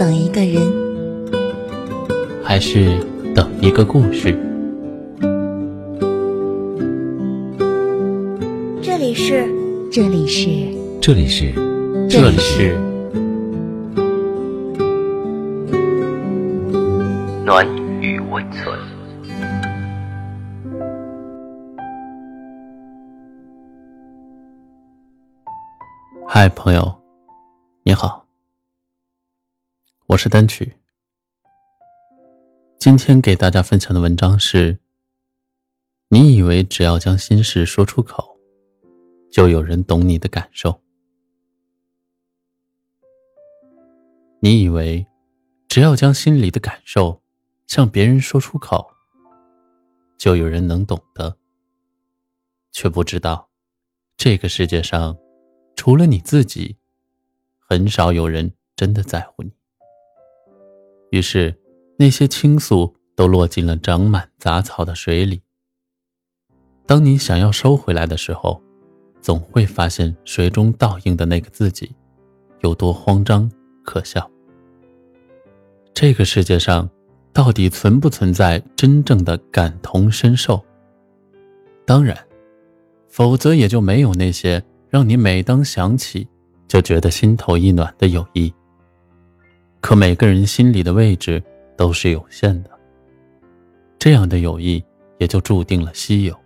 等一个人， 还是等一个故事？ 这里是暖与温存。 嗨，朋友，你好，我是单曲。今天给大家分享的文章是：你以为只要将心事说出口，就有人懂你的感受。你以为只要将心里的感受向别人说出口，就有人能懂得，却不知道这个世界上除了你自己，很少有人真的在乎你。于是那些倾诉都落进了长满杂草的水里。当你想要收回来的时候，总会发现水中倒映的那个自己有多慌张可笑。这个世界上到底存不存在真正的感同身受？当然，否则也就没有那些让你每当想起就觉得心头一暖的友谊。可每个人心里的位置都是有限的，这样的友谊也就注定了稀有。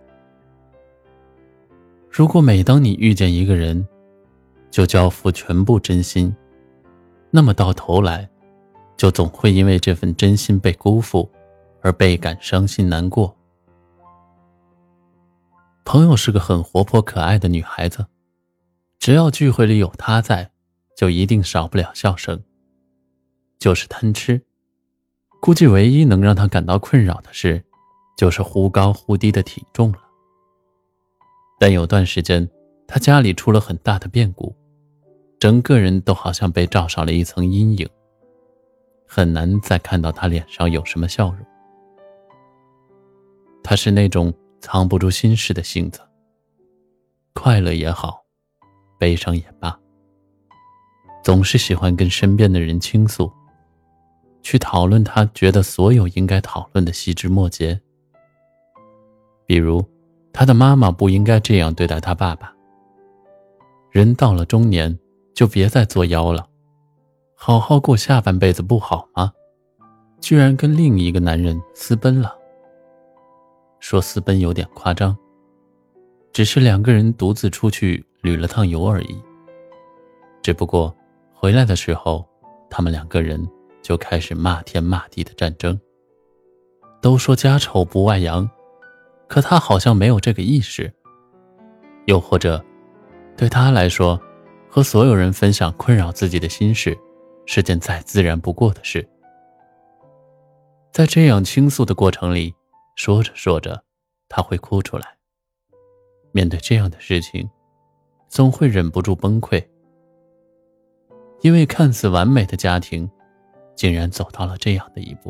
如果每当你遇见一个人就交付全部真心，那么到头来就总会因为这份真心被辜负而倍感伤心难过。朋友是个很活泼可爱的女孩子，只要聚会里有她在，就一定少不了笑声。就是贪吃，估计唯一能让她感到困扰的事，就是忽高忽低的体重了。但有段时间，她家里出了很大的变故，整个人都好像被罩上了一层阴影，很难再看到她脸上有什么笑容。她是那种藏不住心事的性子，快乐也好，悲伤也罢，总是喜欢跟身边的人倾诉，去讨论她觉得所有应该讨论的细枝末节。比如她的妈妈不应该这样对待她爸爸，人到了中年就别再作妖了，好好过下半辈子不好吗？居然跟另一个男人私奔了。说私奔有点夸张，只是两个人独自出去旅了趟游而已。只不过回来的时候，他们两个人就开始骂天骂地的战争。都说家丑不外扬，可他好像没有这个意识。又或者对他来说，和所有人分享困扰自己的心事是件再自然不过的事。在这样倾诉的过程里，说着说着他会哭出来。面对这样的事情，总会忍不住崩溃，因为看似完美的家庭竟然走到了这样的一步。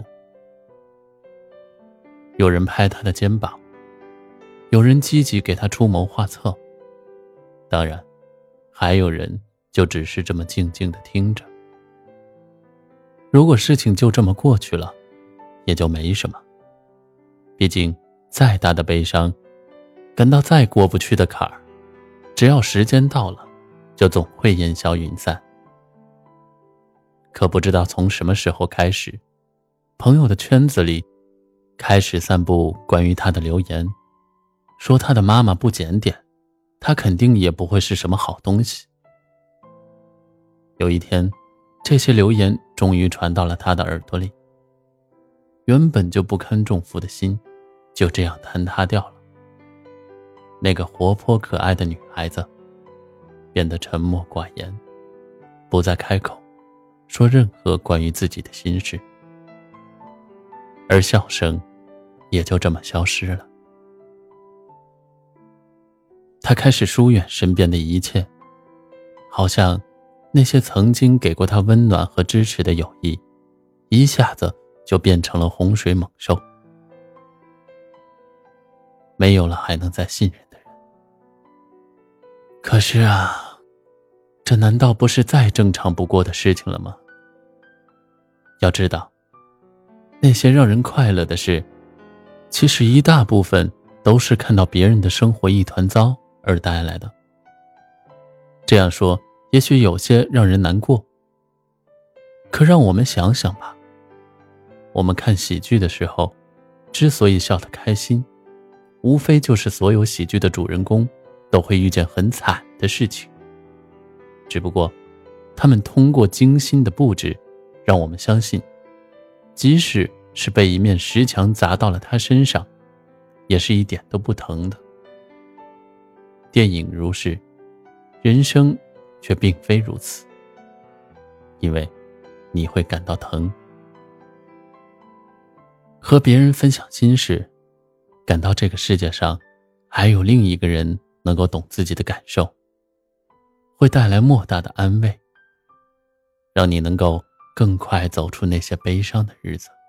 有人拍他的肩膀，有人积极给他出谋划策，当然还有人就只是这么静静地听着。如果事情就这么过去了，也就没什么。毕竟再大的悲伤，感到再过不去的坎儿，只要时间到了，就总会烟消云散。可不知道从什么时候开始，朋友的圈子里开始散布关于他的流言，说他的妈妈不检点，他肯定也不会是什么好东西。有一天，这些流言终于传到了他的耳朵里，原本就不堪重负的心就这样坍塌掉了。那个活泼可爱的女孩子变得沉默寡言，不再开口说任何关于自己的心事，而笑声也就这么消失了。她开始疏远身边的一切，好像那些曾经给过她温暖和支持的友谊，一下子就变成了洪水猛兽，没有了还能再信任的人。可是啊，这难道不是再正常不过的事情了吗？ 要知道，那些让人快乐的事，其实一大部分都是看到别人的生活一团糟而带来的。这样说也许有些让人难过，可让我们想想吧，我们看喜剧的时候之所以笑得开心，无非就是所有喜剧的主人公都会遇见很惨的事情，只不过他们通过精心的布置，让我们相信，即使是被一面石墙砸到了他身上，也是一点都不疼的。电影如是，人生却并非如此，因为你会感到疼。和别人分享心事，感到这个世界上还有另一个人能够懂自己的感受，会带来莫大的安慰，让你能够更快走出那些悲伤的日子。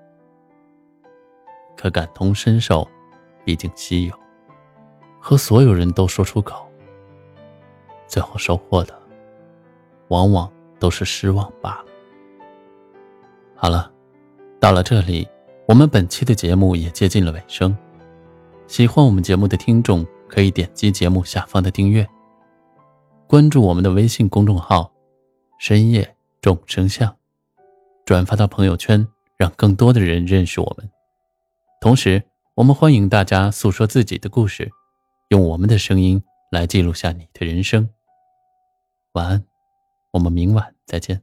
可感同身受毕竟稀有，和所有人都说出口，最后收获的往往都是失望罢了。好了，到了这里，我们本期的节目也接近了尾声。喜欢我们节目的听众可以点击节目下方的订阅，关注我们的微信公众号深夜众生相，转发到朋友圈，让更多的人认识我们。同时我们欢迎大家诉说自己的故事，用我们的声音来记录下你的人生。晚安，我们明晚再见。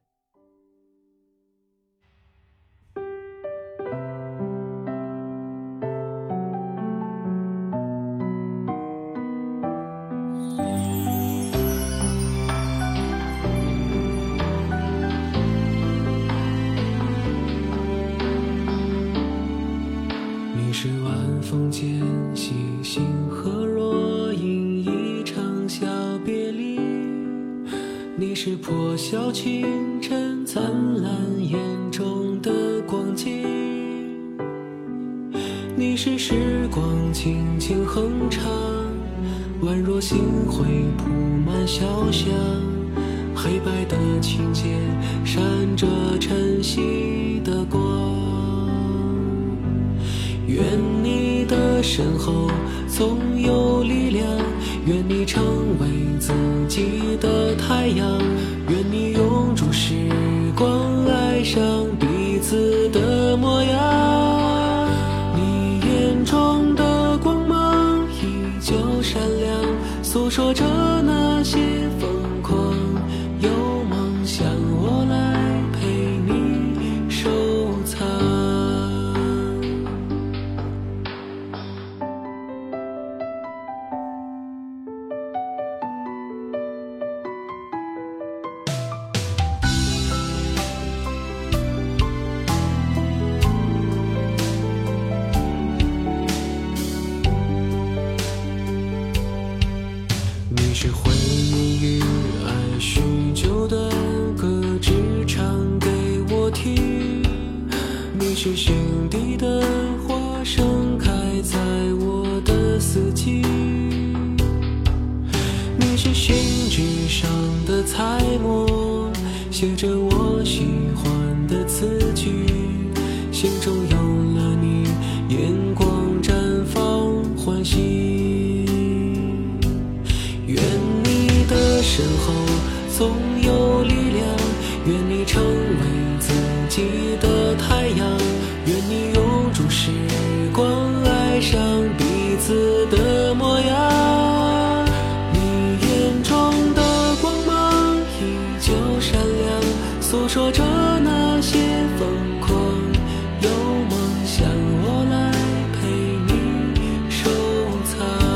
你是晚风间星星和若隐一场小别离，你是破晓清晨灿烂眼中的光景，你是时光轻轻哼唱，宛若星辉铺满小巷，黑白的琴键闪着晨曦的光。愿你的身后总有力量，愿你成为自己的太阳，愿你永驻时光，爱上彼此的模样。你眼中的光芒依旧闪亮，诉说着那些疯狂，有梦想我来陪你收藏。你是回忆与爱许久的歌，只唱给我听。你是心底的花，盛开在我的四季。你是信纸上的彩墨，写着我喜欢的词句。心中有了你，眼光绽放欢喜。愿你的身后总有力量，愿你成为自己的太阳，愿你永驻时光，爱上彼此的模样。你眼中的光芒依旧闪亮，诉说着那些疯狂，有梦想我来陪你收藏。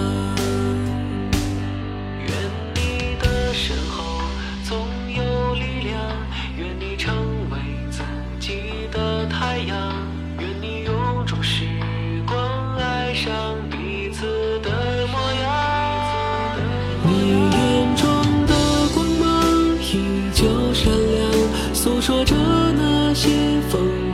身后总有力量，愿你成为自己的太阳，愿你永驻时光，爱上彼此的模样。你眼中的光芒依旧闪亮，诉说着那些疯